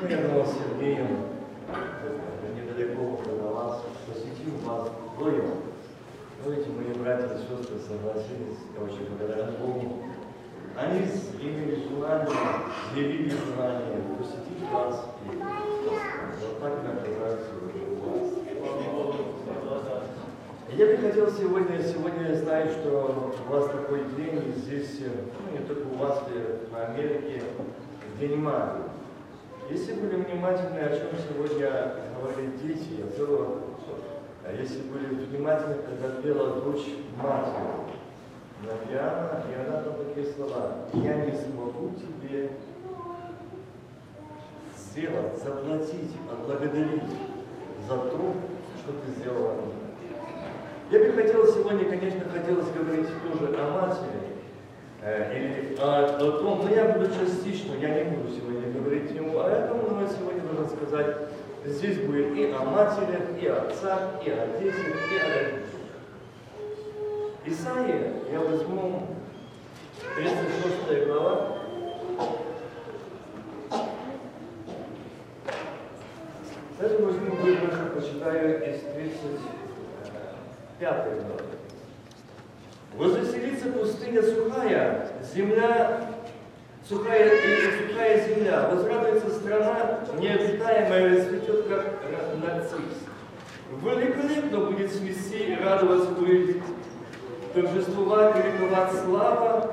Примерно с Сергеем недалеко до вас, посетил вас вдвоем. Но эти мои братья и сестры согласились, я очень благодарен Богу. Они имели желание, явили желание посетить вас и вот так мы оказались у вас. Я бы хотел сегодня я знаю, что у вас такой день, и здесь, ну не только у вас, в Америке, где нема. Если были внимательны, о чем сегодня говорили дети, если были внимательны, когда пела дочь матери на пиано, и она там такие слова: «Я не смогу тебе сделать, заплатить, отблагодарить за то, что ты сделала мне». Я бы хотел сегодня, конечно, хотелось говорить тоже о матери, или о том, но я буду частично, я не буду сегодня говорить ему о этом, но я сегодня должен сказать, здесь будет и о матерях, и о отцах, и о детях, и о родителях. Исаия, я возьму 36 глава. Даже возьму выборку, почитаю из 35 главы. Возвеселится пустыня сухая, земля, сухая земля, возрадуется страна необитаемая, расцветет, как нарцисс. Великолепно будет свести и радоваться будет, торжествовать и ликовать слава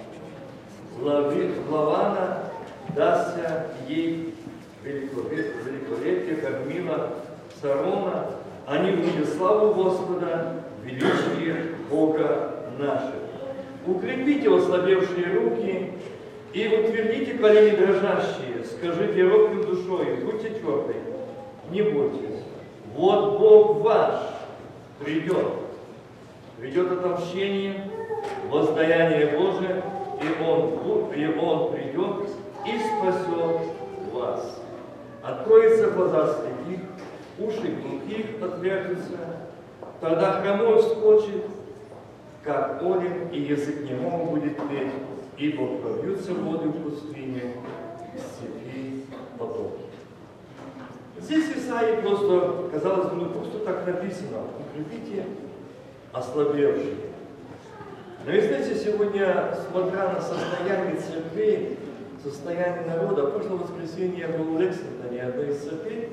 Лавана, дастся ей великолепие, как мило Сарона. Они увидят славу Господа, величие Бога наших. Укрепите ослабевшие руки и утвердите колени дрожащие. Скажите робким душою, будьте тверды, не бойтесь. Вот Бог ваш придет. Придет отомщение, воздаяние Божие, и Он придет и спасет вас. Откроются глаза слепых, уши глухих отвяжутся, тогда хромой вскочит, как олень, и язык немому будет петь, ибо пробьются воды в пустыне, степи потоки. Здесь Исаии просто, казалось бы, просто так написано: укрепите ослабевшие. Но вы знаете, сегодня, смотря на состояние церкви, состояние народа, в прошлое воскресенье я был в Лексингтоне, одной из церквей,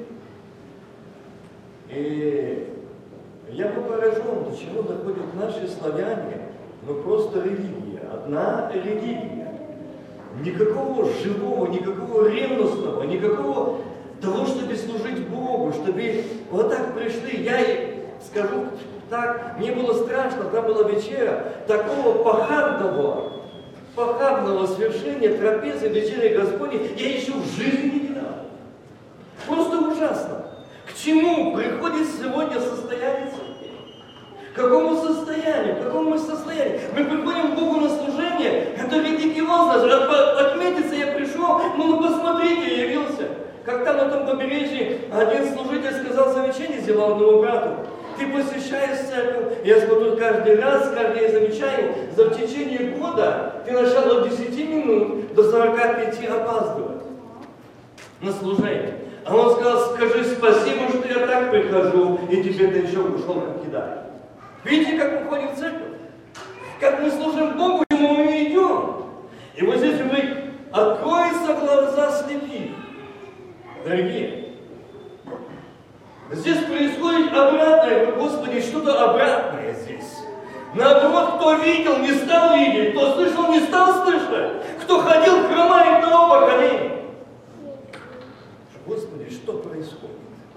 и я был поражен, до чего доходят наши славяне, но просто религия, одна религия. Никакого живого, никакого ревностного, никакого того, чтобы служить Богу, чтобы вот так пришли. Я скажу так, мне было страшно, там была вечера, такого похабного свершения трапезы вечери Господней я еще в жизни не видал. Просто ужасно. К чему приходит сегодня состояние церкви? К какому состоянию? К какому состоянию? Мы приходим к Богу на служение, это религиозно. Отметиться я пришел, ну посмотрите, я явился. Как там на том побережье один служитель сказал замечание, сделал одному брату: ты посещаешь церковь, я смотрю каждый раз, я замечаю, за в течение года ты начал от 10 минут до 45 опаздывать на служение. А он сказал: скажи спасибо, что я так прихожу, и тебе-то еще ушел как кидать. Видите, как мы ходим в церковь? Как мы служим Богу, и мы идем. И вот здесь мы откроются глаза слепых. Дорогие, здесь происходит обратное, Господи, что-то обратное здесь. Наоборот, кто видел, не стал видеть, кто слышал, не стал слышать, кто ходил, хромает на оба колени. Господи, что происходит?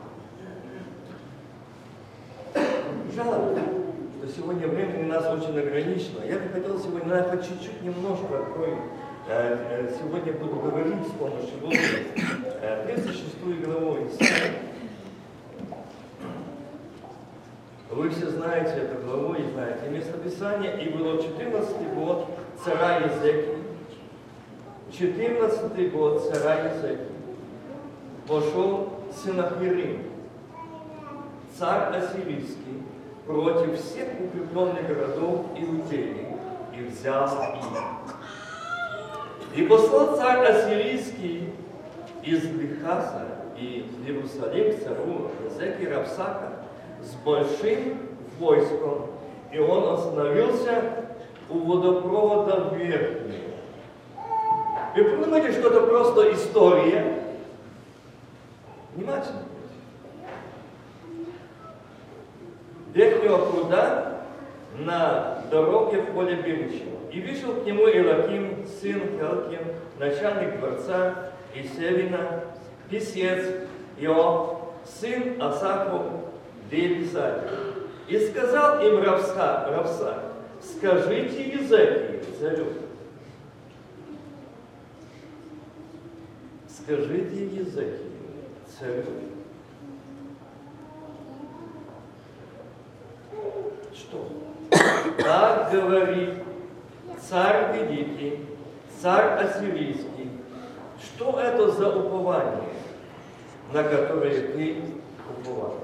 Жалко, что сегодня времени у нас очень ограничено. Я бы хотел сегодня, хоть чуть-чуть, немножко открою. Сегодня буду говорить с помощью Бога 36 главу Исаии. Вы все знаете эту главу и знаете местописание. И было 14-й год царя Езекии. 14-й год царя Езекии. Пошел Сенахерим, царь ассирийский, против всех укрепленных городов Иудеи и взял их. И послал царь ассирийский из Лихаса и в Иерусалим к царю Езекии Равсака с большим войском, и он остановился у водопровода Верхнего. Вы понимаете, что это просто история? Внимательно. Верхнего пруда на дороге в поле Биричево. И вышел к нему Илаким, сын Хелкин, начальник дворца Исевина, писец Иов, сын Асахов, писатель. И сказал им Равсак, скажите Езекии, царю. Скажите Езекии, царю. Что? Так говорит царь великий, царь ассирийский. Что это за упование, на которое ты уповаешь?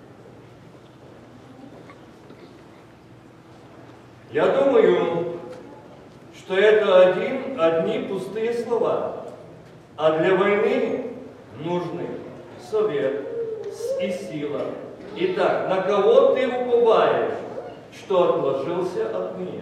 Я думаю, что это одни пустые слова, а для войны нужны совет и сила. Итак, на кого ты уповаешь, что отложился от меня?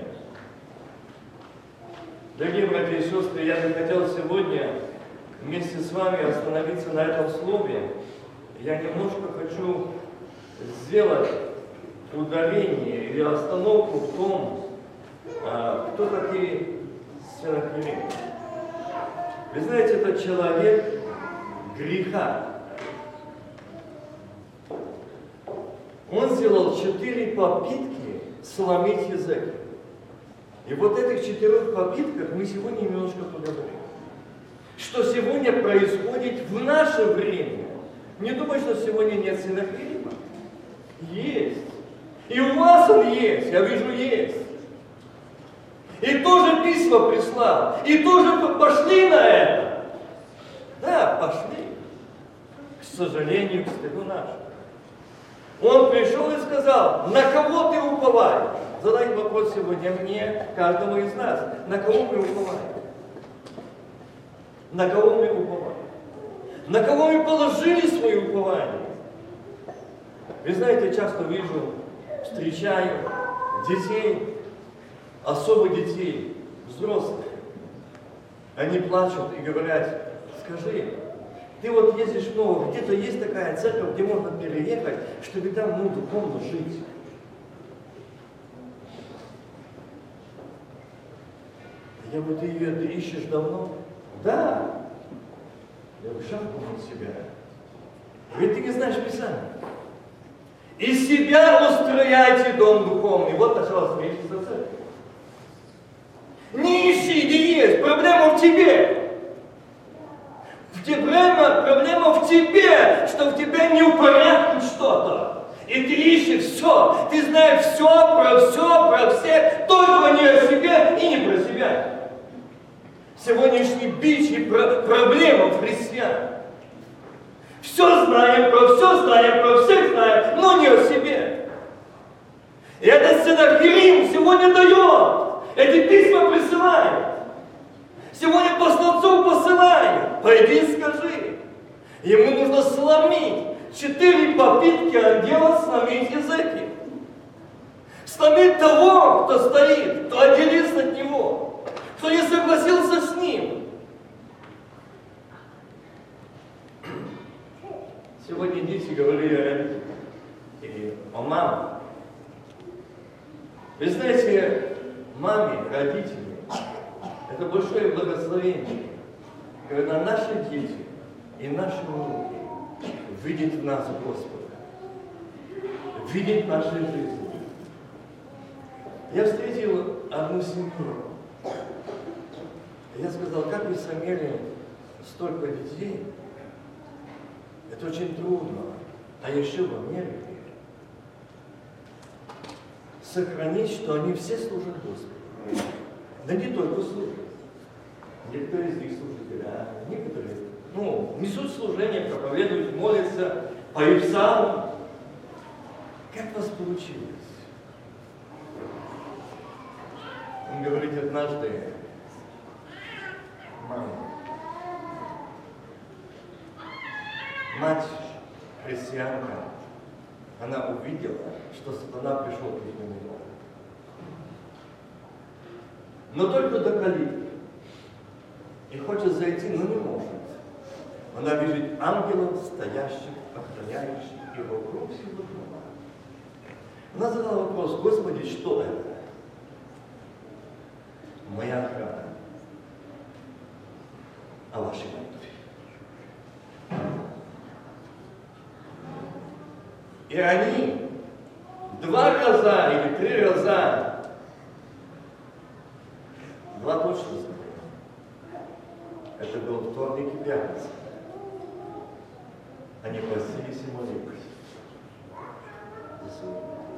Дорогие братья и сестры, я бы хотел сегодня вместе с вами остановиться на этом слове. Я немножко хочу сделать ударение или остановку в том, кто такие Сенахерим. Вы знаете, это человек греха. Он сделал 4 попытки сломить Езекию. И вот этих 4 попытках мы сегодня немножко поговорим. Что сегодня происходит в наше время. Не думай, что сегодня нет Сенахерима. Есть. И у вас он есть, я вижу, есть. И тоже письма прислал. И тоже пошли на это. Да, пошли. К сожалению, к стыду нашему. Он пришел и сказал, на кого ты уповаешь? Задай вопрос сегодня мне, каждому из нас. На кого мы уповаем? На кого мы уповаем? На кого мы положили свое упование? Вы знаете, я часто вижу, встречаю детей, особо детей, взрослых. Они плачут и говорят, скажи, ты вот ездишь много, где-то есть такая церковь, где можно переехать, чтобы там, духовно жить. Я говорю, ты ее ищешь давно? Да. Я говорю, шапку на себя. Говорит, ты не знаешь Писания. Из себя устрояйте дом духовный. Вот началось строительство церкви. Не ищи, где есть, проблема в тебе. Проблема в тебе, что в тебя не в порядке что-то. И ты ищешь все, ты знаешь все, про всех, только не о себе и не про себя. Сегодняшний бич и проблема в христиан. Все знаем, про всех знаем, но не о себе. И этот Сенахерим сегодня дает, эти письма присылает. Сегодня посланцов посылает. Пойди и скажи. Ему нужно сломить 4 попытки ангела сломить Езекию. Сломить того, кто стоит, кто отделился от него, кто не согласился с ним. Сегодня дети говорили о родителях и о маме. Вы знаете, маме, родители, это большое благословение, когда наши дети и наши внуки видят в нас Господа, видят наши жизни. Я встретил одну семью. Я сказал, как вы сумели столько детей? Это очень трудно. А еще в Америке сохранить, что они все служат Господу. Да не только служат. Некоторые из них служители, а некоторые, несут служение, проповедуют, молятся, поют псалмы. Как у вас получилось? Он говорит однажды, мама, мать христианка, она увидела, что сатана пришел к нему. Но только до калитки. И хочет зайти, но не может. Она видит ангелов, стоящих, охраняющих, и вокруг всего дома. Она задала вопрос: Господи, что это? Моя охрана. А ваши молитвы. И они 2 раза или 3 раза, 2 точно знаю. Это был вторник и пятница. Они постились и молились за свою.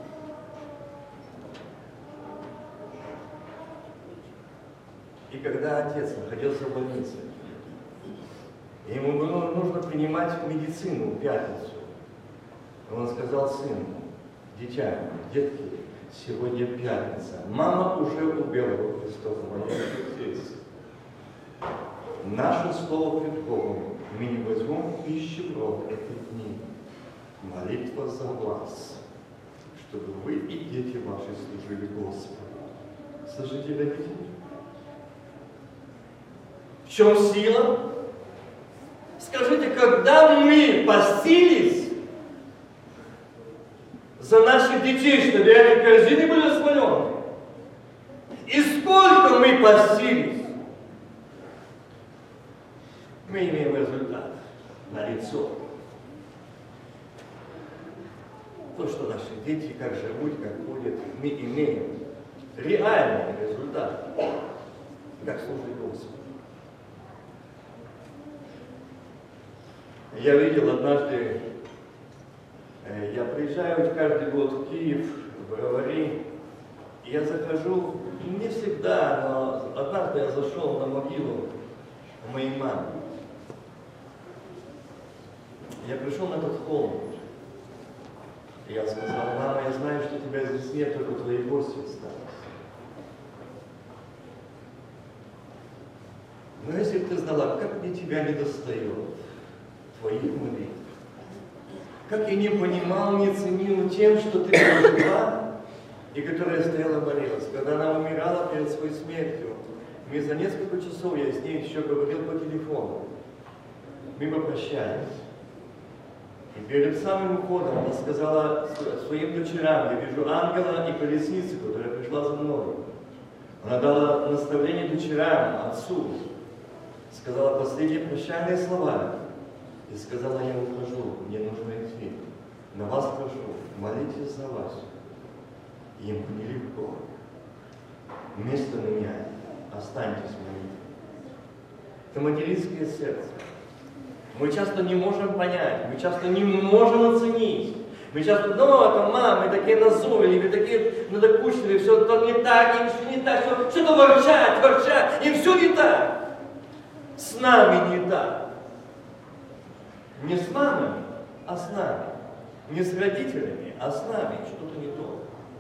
И когда отец находился в больнице, ему было нужно принимать медицину в пятницу, он сказал сыну: дитя, детки, сегодня пятница, мама уже у белого Христова, здесь. Наше слово пред Богом, мы не возьмем пищи в рот эти дни. Молитва за вас, чтобы вы и дети ваши служили Господу. Слышите, родители? В чем сила? Скажите, когда мы постились за наших детей, чтобы эти корзины были свалены, и сколько мы постились, мы имеем результат на лицо. То, что наши дети, как живут, как ходят, мы имеем реальный результат, как служит Господу. Я видел однажды, я приезжаю каждый год в Киев, в Бровари, и я захожу, не всегда, но однажды я зашел на могилу моей мамы. Я пришел на этот холм, и я сказал: мама, я знаю, что тебя здесь нет, только твои гости остались. Но если бы ты знала, как мне тебя не достает, твоих молитв, как я не понимал, не ценил тем, что ты прожила, и которая стояла молилась. Когда она умирала перед своей смертью, мы за несколько часов, я с ней еще говорил по телефону, мы попрощались. И перед самым уходом она сказала своим дочерям: я вижу ангела и колесницу, которая пришла за мной. Она дала наставление дочерям, отцу, сказала последние прощальные слова. И сказала: я ухожу, мне нужно идти. На вас прошу, молитесь за вас. И им нелегко. Вместо меня останьтесь молитвой. Это материнское сердце. Мы часто не можем понять, мы часто не можем оценить. Мы часто: ну, это мамы такие назойливые, такие надокучливые, все там не так, им все не так, что-то ворчат, им все не так. С нами не так. Не с мамами, а с нами. Не с родителями, а с нами. Что-то не то.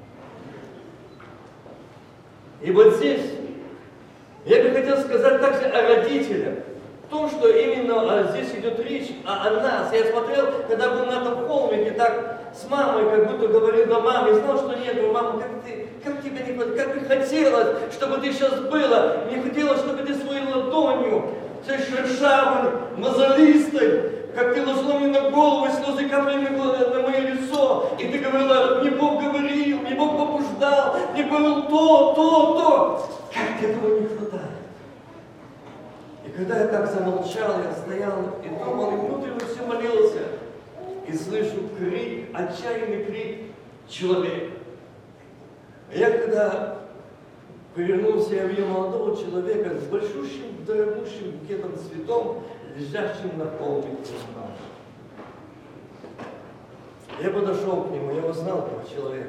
И вот здесь я бы хотел сказать также о родителях. В том, что именно здесь идет речь о нас. Я смотрел, когда был на этом холмике, так с мамой как будто говорил до мамы, знал, что нет, говорю: мама, как тебе не хватит, как бы хотелось, чтобы ты сейчас была. Мне хотелось, чтобы ты своей ладонью, той шершавой, мозолистой, как ты ложила мне на голову, слезы капали на мое лицо, и ты говорила: мне Бог говорил, мне Бог побуждал, мне говорил то. Как этого не хватает? И когда я так замолчал, я стоял и думал, и внутренне все молился, и слышу крик, отчаянный крик человека. Я когда повернулся, я видел молодого человека с большущим, дорогущим букетом цветов, лежащим на холмике. Я подошел к нему, я узнал этого человека.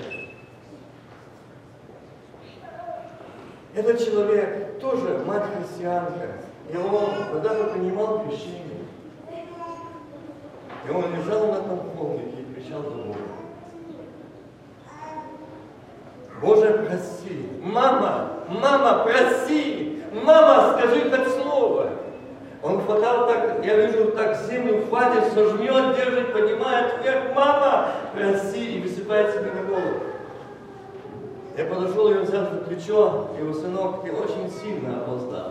Этот человек тоже мать-христианка, и он когда-то принимал крещение. И он лежал на том холмике и кричал до Бога: Боже, прости! Мама, прости! Мама, скажи хоть слово! Он хватал так, я вижу, так землю схватит, сожмет, держит, поднимает вверх, мама, прости, и высыпает себе на голову. Я подошел и взял за плечо, и его сынок, ты очень сильно опоздал.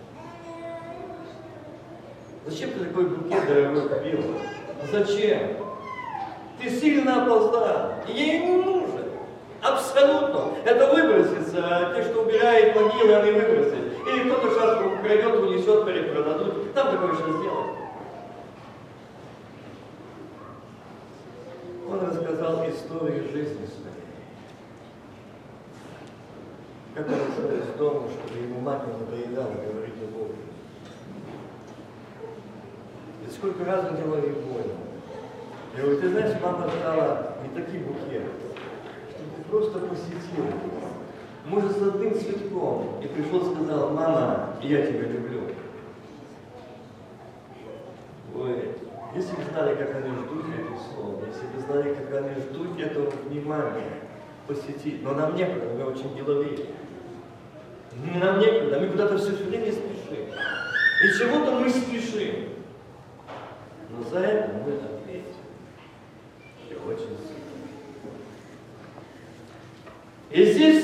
Зачем ты такой букет дорогой купил? Зачем? Ты сильно опоздал, и ей не нужен. Абсолютно. Это выбросится, те, что убирают могилы, они выбросят. Или кто-то шашку украдет, унесет, перепродадут. Там такое что сделать. Он рассказал историю жизни своей. Как он ушел из дома, чтобы ему мать не надоедала говорить о Боге. И сколько раз он делал ей больно. Я говорю, ты знаешь, мама ждала не такие букеты, чтобы ты просто посетил. Может, с одним цветком. И пришел и сказал, мама, я тебя люблю. Ой, если бы знали, как они ждут этих слов, если бы знали, как они ждут этого внимания, посетить. Но нам некогда, мы очень деловые. Нам некогда, мы куда-то все время спешим. И чего-то мы спешим. Но за это мы ответим. И очень сильно. И здесь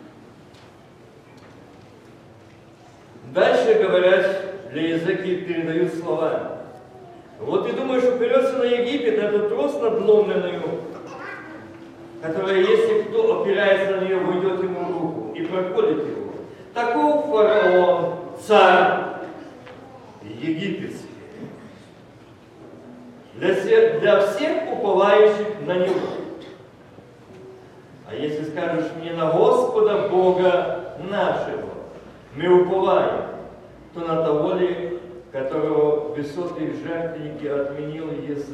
дальше говорят, для языки передают слова. Вот ты думаешь, уперется на Египет, на эту трос надломленную, которая, если кто опирается на нее, войдет ему в руку и проходит его. Таков фараон, царь египетский. Для всех уповающих на него. А если скажешь мне на Господа Бога нашего, мы уповаем, то на того ли, которого высокие жертвенники отменил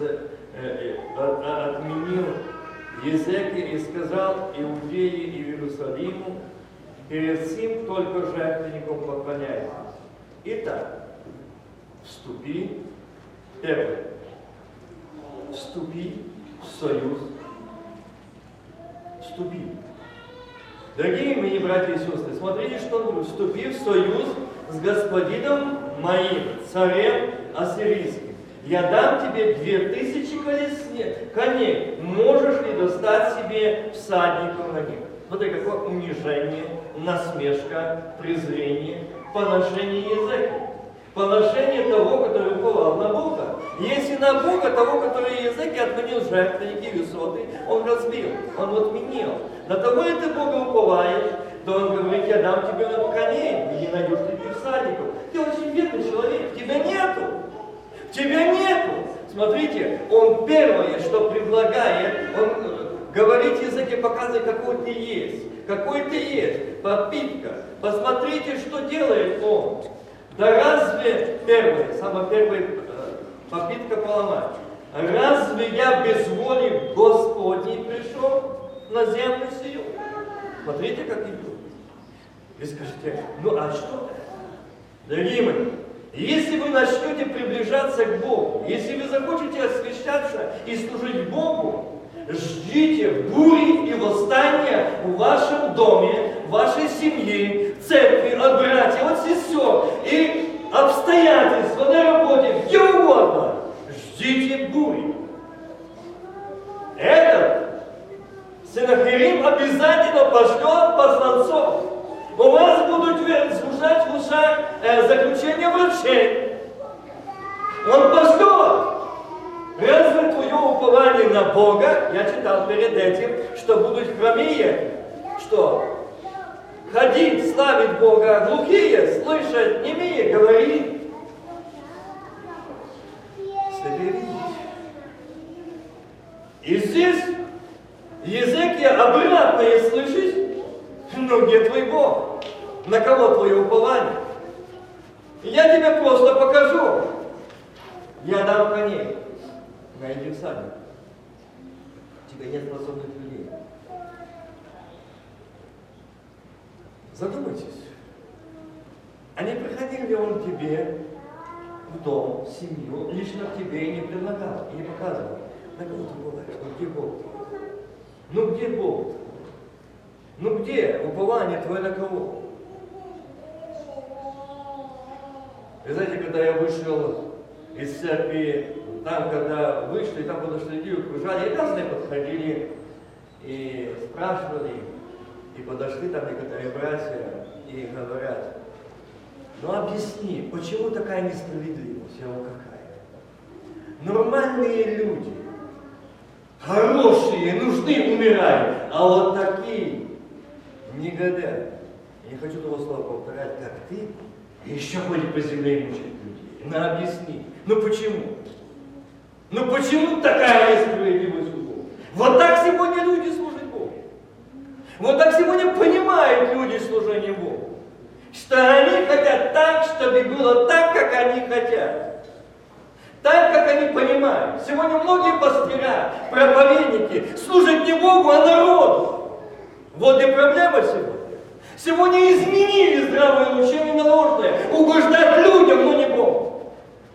Езекия и сказал Иудее и Иерусалиму, перед сим только жертвенником поклоняйтесь. Итак, вступи, первое, вступи в союз. Вступи. Дорогие мои братья и сестры, смотрите, что он говорит. Вступи в союз с господином моим, царем ассирийским. Я дам тебе 2000 коней. Можешь ли достать себе всадников на них? Смотри, какое унижение, насмешка, презрение, поношение языка. Поношение того, который уповал на Бога. Если на Бога, того, который языки отменил жертвенники, высоты, он разбил, он отменил. На того и ты Бога уповаешь, то он говорит, я дам тебе коней, и не найдешь ты всадников. Ты очень бедный человек, тебя нету. Тебя нету. Смотрите, он первое, что предлагает, он говорит языке, показывает, какой ты есть. Какой ты есть. Подпитка. Посмотрите, что делает он. Да разве, первое, самая первая попытка поломать. Разве я без воли Господней пришел на землю сию? Смотрите, как идут. Вы скажете, ну а что? Дорогие мои, если вы начнете приближаться к Богу, если вы захотите освящаться и служить Богу, ждите бури и восстания в вашем доме, в вашей семье, в церкви, от братьев, от сестер и обстоятельства на работе, где угодно. Ждите бури. Этот Сенахерим обязательно пошлет посланцов. У вас будут звучать в ушах заключения врачей. Он пошлет. Разве твое упование на Бога, я читал перед этим, что будут хромые, что ходить, славить Бога, глухие, слышать, немые, говорить. Соберись. И здесь Езекия обратно и слышишь, ну где твой Бог? На кого твое упование? Я тебе просто покажу. Я дам коней. Найди всадник. У тебя нет способных людей. Задумайтесь. А не приходил ли он к тебе в дом, в семью, лично к тебе и не предлагал, и не показывал? На кого ты бываешь? Ну где Бог? Ну где Бог? Ну где упование твое на кого? Вы знаете, когда я вышел из церкви, там, когда вышли, там подошли люди, окружали, и разные подходили, и спрашивали, и подошли там некоторые братья, и говорят, ну объясни, почему такая несправедливость? Я говорю, какая? Нормальные люди, хорошие, нужны, умирают, а вот такие негодяи. Я не хочу того слова повторять, как ты, и еще ходит по земле и мучает людей. Ну объясни, ну почему? Ну почему такая несправедливость у Бога? Вот так сегодня люди служат Богу. Вот так сегодня понимают люди служение Богу. Что они хотят так, чтобы было так, как они хотят. Так, как они понимают. Сегодня многие пастыря, проповедники служат не Богу, а народу. Вот и проблема сегодня. Сегодня изменили здравое учение на ложное. Угождать людям, но не Богу.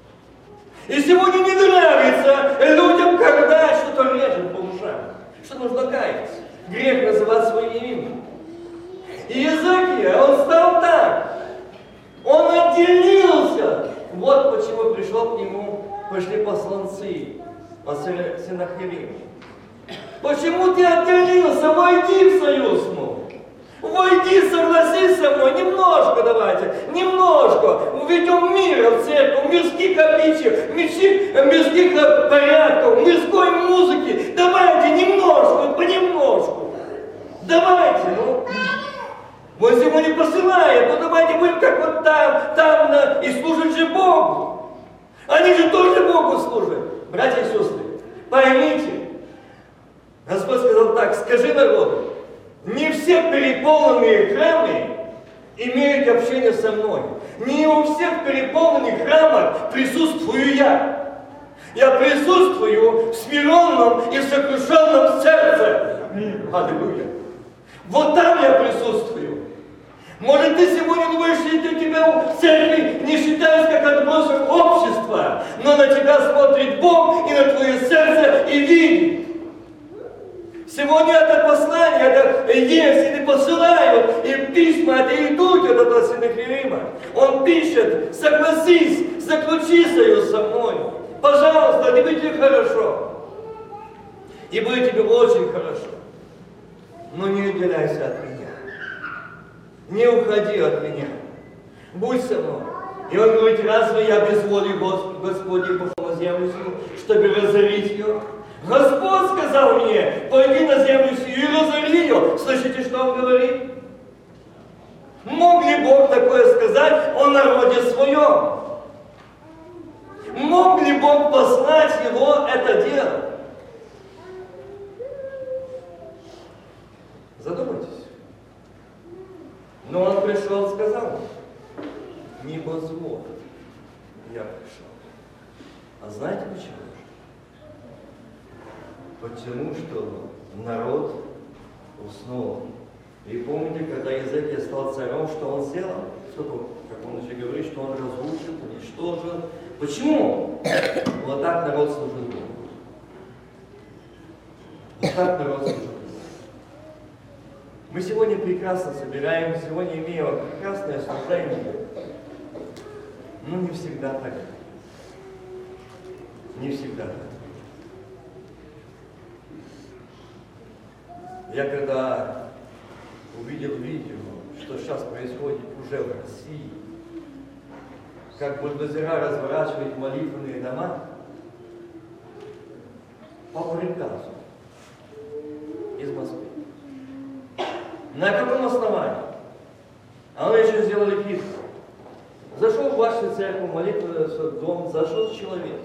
И сегодня не нравится людям, когда что-то режет по ушам. Что нужно каяться. Грех называть своим именем. И Иезекия, он стал так. Он отделился. Вот почему пришел к нему, пошли посланцы по Сенахерибу. Почему ты отделился? Войди в союз мой. Войди, согласись со мной, немножко давайте, немножко. Введем мира в церковь, мирских обличий, мирских порядков, мирской музыки. Давайте немножко, понемножку. Давайте, ну. Он сегодня посылает, ну давайте будем как вот там, и служить же Богу. Они же тоже Богу служат. Братья и сестры, поймите, Господь сказал так, скажи народу, не все переполненные храмы имеют общение со мной. Не у всех переполненных храмах присутствую я. Я присутствую в смиренном и сокрушенном сердце. Аллилуйя. Вот там я присутствую. Может, ты сегодня думаешь, что тебя в церкви не считаешь как отбросом общества, но на тебя смотрит Бог и на твое сердце и видит. Сегодня это послание, это есть, или посылают, и письма, это идут от этого Сенахериба. Он пишет, согласись, заключи союз со мной. Пожалуйста, тебе будет хорошо. И будет тебе очень хорошо. Но не отделяйся от меня. Не уходи от меня. Будь со мной. И он говорит, разве я без воли Господи пошел на землю, чтобы разорить ее? Господь сказал мне, пойди на землю сию и разори ее. Слышите, что он говорит? Мог ли Бог такое сказать о народе своем? Мог ли Бог послать его это дело? Задумайтесь. Но он пришел и сказал, не позволь, я пришел. А знаете почему? Потому что народ уснул. И помните, когда Иезекия стал царем, что он сделал? Что, как он еще говорит, что он разрушил, уничтожил. Почему? Вот так народ служит Богу. Вот так народ служит Богу. Мы сегодня прекрасно собираем, сегодня имеем прекрасное служение, но не всегда так. Не всегда так. Я когда увидел видео, что сейчас происходит уже в России, как бульдозера разворачивают молитвенные дома по приказу из Москвы. На каком основании? А мы еще сделали хитро. Зашел в вашу церковь, молитвенный дом, зашел человек.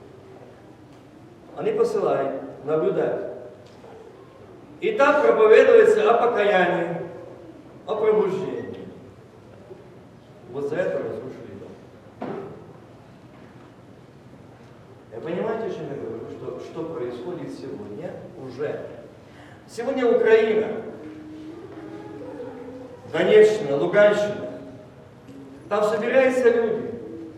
Они посылают, наблюдать. И там проповедуется о покаянии, о пробуждении. Вот за это разрушили дом. Я понимаете, что я говорю, что происходит сегодня уже? Сегодня Украина, Донеччина, Луганщина, там собираются люди.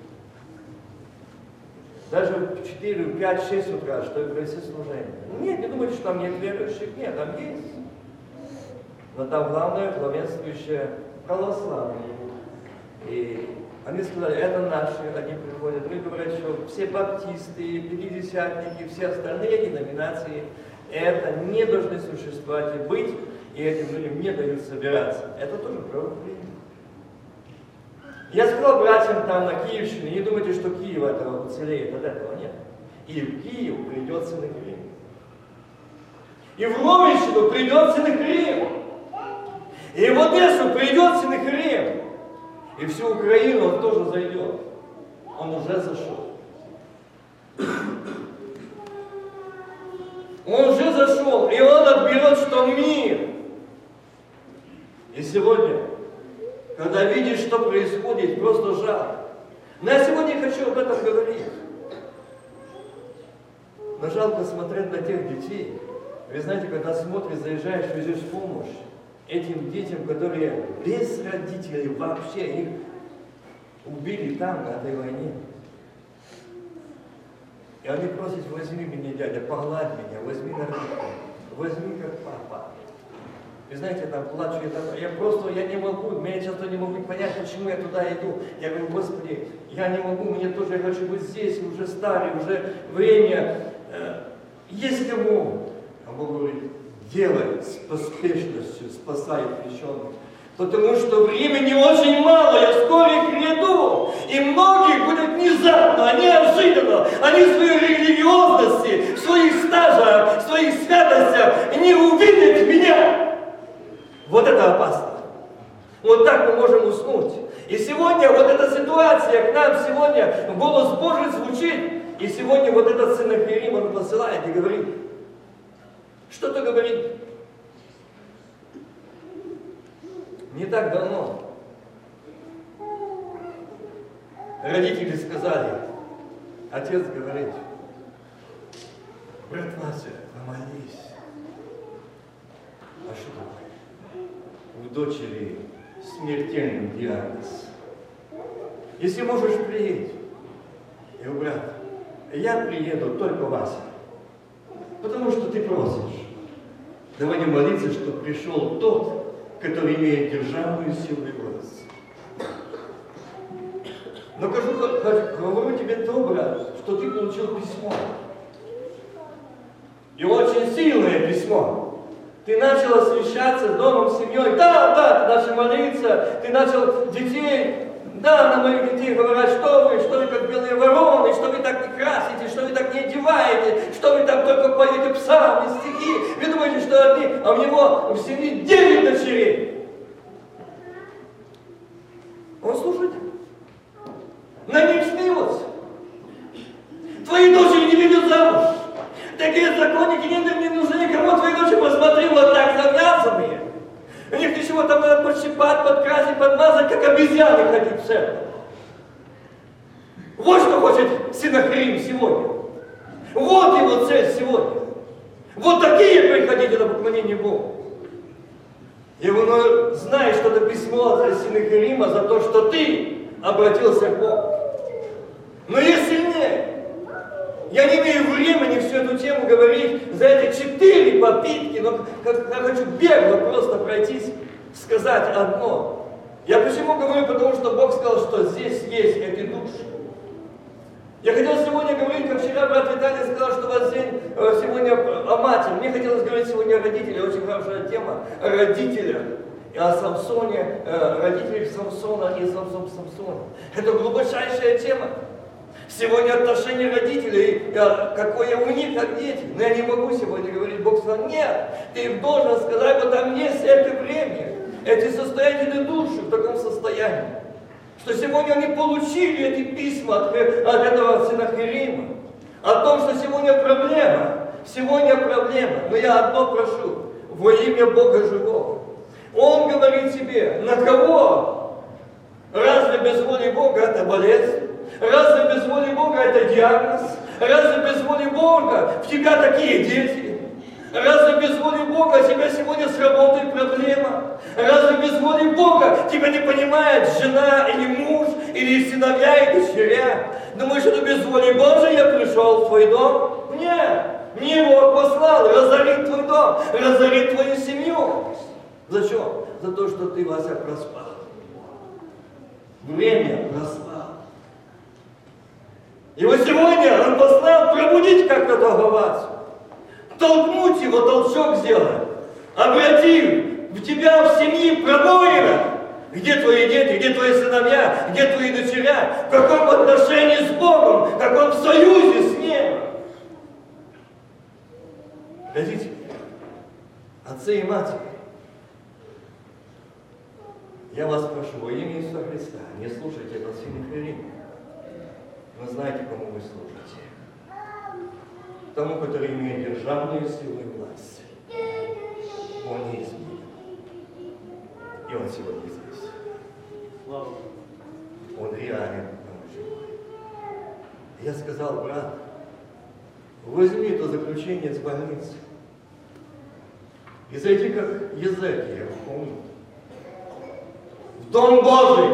Даже в 4, 5, 6 утра, чтобы провести служение. Нет, не думайте, что там нет верующих. Нет, там есть. Но там главное, главенствующее православие. И Они сказали, это наши, они приходят. Они говорят, что все баптисты, пятидесятники, все остальные деноминации, это не должны существовать и быть, и этим людям не дают собираться. Это тоже правоприемлемо. Я сказал братьям там на Киевщине, не думайте, что Киев этого уцелеет, от этого нет. И в Киев придет Синахирим. И в Ровенщину придет Синахирим. И в Одессу придет Синахирим. И всю Украину он тоже зайдет. Он уже зашел. Он уже зашел, и он отберет, что мир. И сегодня, когда видишь, что происходит, просто жалко. Но я сегодня хочу об этом говорить. Но жалко смотреть на тех детей. Вы знаете, когда смотришь, заезжаешь, везешь помощь этим детям, которые без родителей вообще, их убили там, на этой войне. И они просят, возьми меня, дядя, погладь меня, возьми на руку, возьми как папа. И знаете, я там плачу, я не могу, я часто не могу понять, почему я туда иду. Я говорю, Господи, я не могу, мне тоже, я хочу быть здесь, уже старый, уже время, есть кому. А Бог говорит, делай с поспешностью, спасай крещенных. Потому что времени очень мало, я вскоре приду, и многих будет внезапно, неожиданно, они в своей религиозности, в своих стажах, в своих святостях не увидят меня. Вот это опасно. Вот так мы можем уснуть. И сегодня вот эта ситуация к нам сегодня, голос Божий звучит, и сегодня вот этот Синахирим он посылает и говорит, что-то говорит. Не так давно родители сказали, отец говорит, брат Вася, помолись. А что такое? У дочери смертельный диагноз. Если можешь, приедь. Я говорю, брат, я приеду, только Вася. Потому что ты просишь. Давай не молиться, чтобы пришел тот, который имеет державную силу и власть. Но говорю тебе то, брат, что ты получил письмо. И очень сильное письмо. Ты начал освещаться домом, семьей. Да, ты начал молиться, ты начал детей. Да, на моих детей говорят, что вы как белые вороны, что вы так не красите, что вы так не одеваете, что вы там только поете псалмы, стихи. Вы думаете, что одни, а у него в семье 9 дочерей. Он слушает. На них смеются. Твои дочери не выйдут замуж. Такие законники не нужны никому. Твои дочери, посмотри, вот так завязанные. У них ничего там надо подщипать, подкрасить, подмазать, как обезьяны ходить в церковь. Вот что хочет Синахирим сегодня. Вот его цель сегодня. Вот такие приходите на поклонение Богу. И он знает, что это письмо от Синахирима за то, что ты обратился к Богу. Но есть сильнее. Я не имею времени всю эту тему говорить за эти 4 попытки, но я хочу бегло просто пройтись, сказать одно. Я почему говорю? Потому что Бог сказал, что здесь есть эти души. Я хотел сегодня говорить, как вчера брат Виталий сказал, что у вас день сегодня о матери. Мне хотелось говорить сегодня о родителях, очень хорошая тема, о родителях. И о Самсоне, родителях Самсона и Самсоне. Это глубочайшая тема. Сегодня отношения родителей, какое у них, как дети. Но я не могу сегодня говорить, Бог сказал, нет, ты им должен сказать, вот там есть это время, эти состоятельные души в таком состоянии, что сегодня они получили эти письма от этого Синахирима, о том, что сегодня проблема, но я одно прошу, во имя Бога живого. Он говорит тебе, на кого? Разве без воли Бога это болезнь? Разве без воли Бога это диагноз? Разве без воли Бога в тебя такие дети? Разве без воли Бога тебя сегодня сработает проблема? Разве без воли Бога тебя не понимает жена или муж, или сыновья и дочеря? Думаешь, это без воли Божией я пришел в твой дом? Нет, мне Бог послал разорить твой дом, разорить твою семью. Зачем? За то, что ты, Вася, проспал. время прославы. И вот сегодня он послал пробудить как-то Долговацу, толкнуть его, толчок сделать, обратив в тебя в семьи пробоина. Где твои дети, где твои сыновья, где твои дочеря, в каком отношении с Богом, в каком союзе с небом. Родители, отцы и матери, я вас прошу, во имя Иисуса Христа, не слушайте этот Синахирим. Вы знаете, кому вы служите. Тому, который имеет державную силу и власть. Он не изменен. И он сегодня здесь. Он реален, он живой. Я сказал, брат, возьми это заключение с больницы и зайди, как Езекия, в Дом Божий.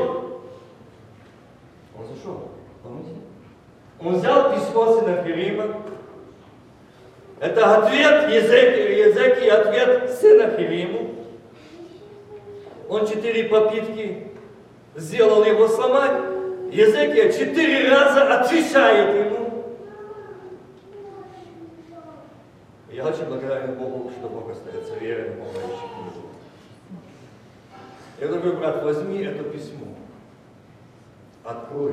Он зашел, помните? Он взял письмо Синахирима. Это ответ Езекии, ответ Синахириму. Он 4 попытки сделал его сломать. Езекия 4 раза отвечает ему. Я очень благодарен Богу, что Бог остается верным, помогающим. Я говорю, брат, возьми это письмо, открой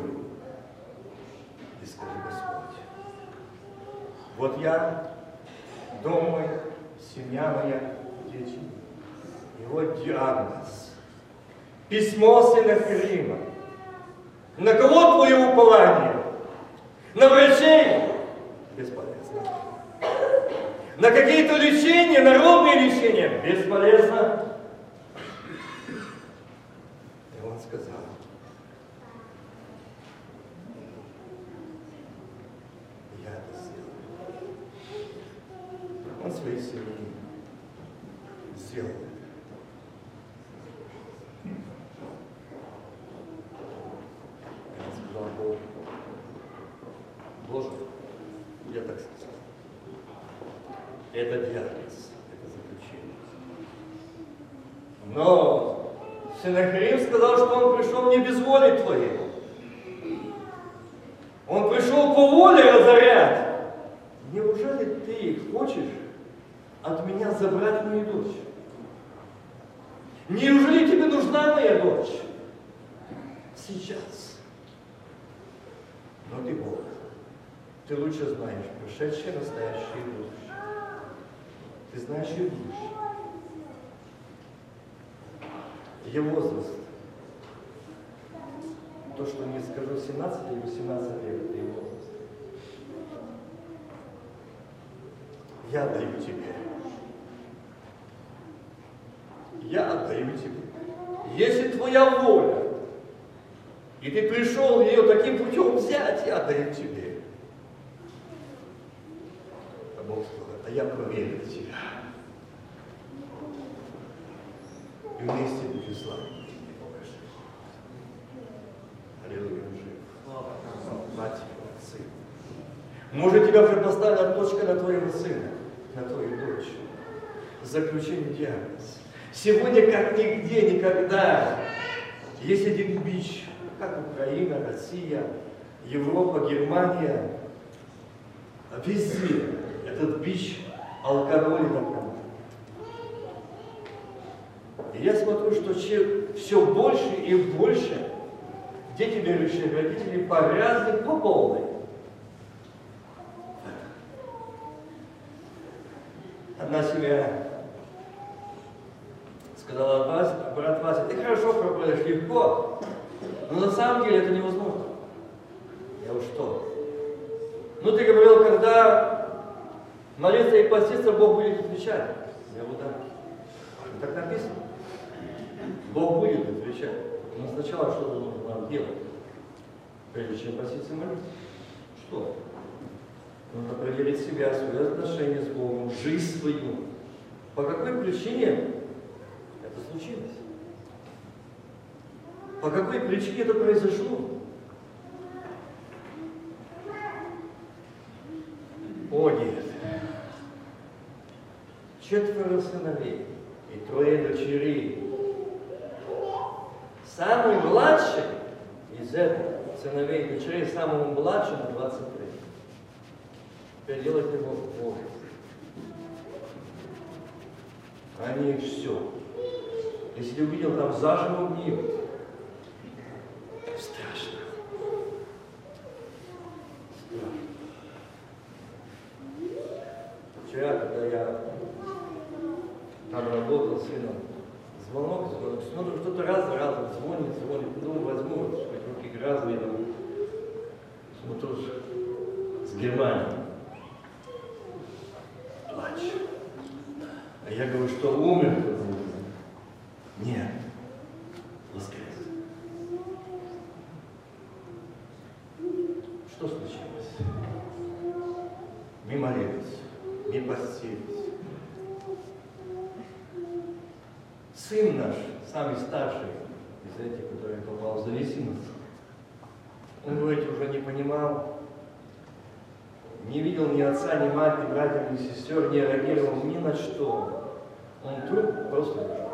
и скажи: Господь, вот я, дом мой, семья моя, дети. И вот диагноз. Письмо Синахирима. На кого твое упование? На врачей? Бесполезно. На какие-то лечения, народные лечения? Бесполезно. И он сказал: я это сделаю. Он своей семьи сделал это. Боже, я так сказал. Это диагноз, это заключение. Но Синахирим сказал, что он пришел не без воли твоей. Он пришел по воле разорять. Неужели ты хочешь от меня забрать мою дочь? Неужели тебе нужна моя дочь? Сейчас. Но ты Бог. Ты лучше знаешь прошедшее, настоящее и будущее. Ты знаешь и будущее. Ее возраст. То, что не скажу, 17 или 18 лет, это его возраст. Я отдаю тебе. Я отдаю тебе. Если твоя воля, и ты пришел ее таким путем взять, я отдаю тебе. А Бог сказал: а я проверю тебя. И вместе будем славить имя Бога. Аллилуйя, он жив. Мать его, сын. Может, тебя предоставила точка на твоего сына, на твою дочь. Заключение диагноз. Сегодня, как нигде, никогда, есть один бич, как Украина, Россия, Европа, Германия, везде этот бич алкоголя наркомании. И я смотрю, что все больше и больше дети верующие, родители повязаны по полной. Одна семья сказала: брат Вася, ты хорошо проходишь, легко, но на самом деле это невозможно. Я говорю: что? Ну ты говорил, когда молиться и поститься, Бог будет отвечать. Я говорю: да. Так написано. Бог будет отвечать. Но сначала что-то нужно нам делать, прежде чем поститься и молиться. Что? Нужно проверить себя, свои отношения с Богом, жизнь свою. По какой причине это случилось? По какой причине это произошло? О, нет. 4 сыновей и 3 дочерей. Самый младший из этого сыновей и дочерей самому младшему 23. Переделать его Боже. Они все. Если ты увидел там заживо гниль, страшно. Страшно. Вчера, когда я там работал с сыном, звонок, смотрю, кто-то раз звонит, думаю, возьму, вот, руки грязные, смотрю, с Германии. Плачь. А я говорю, что умер? Нет, воскрес. Что случилось? Мы молились, мы постились. Сын наш, самый старший из этих, который попал в зависимость, он, говорит, уже не понимал, не видел ни отца, ни мать, ни братьев, ни сестер, не реагировал ни на что. Он труп просто лежал.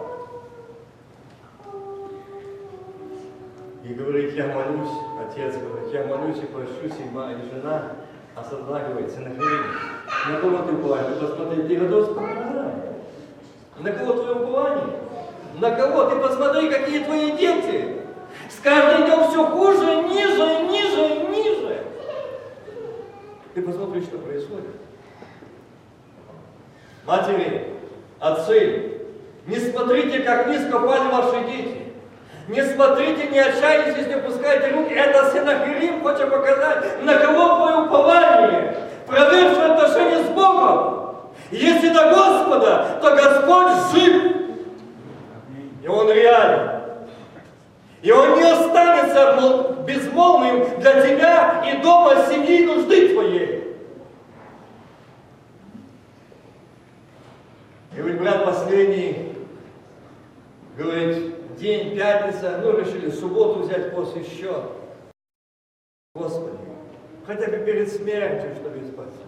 И говорит, я молюсь, отец говорит, я молюсь и прощусь, и жена осознала, говорит, Синахирим, на кого ты уповаешь? Ты посмотри, ты готов помогать. На кого твое упование? На кого? Ты посмотри, какие твои дети. С каждым днем все хуже, ниже. Ты посмотри, что происходит. Матери, отцы, не смотрите, как низко пали ваши дети. Не смотрите, не отчаивайтесь, не опускайте руки. Это Синахирим хочет показать, на кого твое упование. Проверь свои отношения с Богом. Если на Господа, то Господь жив. И Он реален. И Он не останется безмолвным для тебя и дома, семьи и нужды твоей. И вот брат последний говорит, день, пятница, решили субботу взять после счет. Господи, хотя бы перед смертью, чтобы спастись.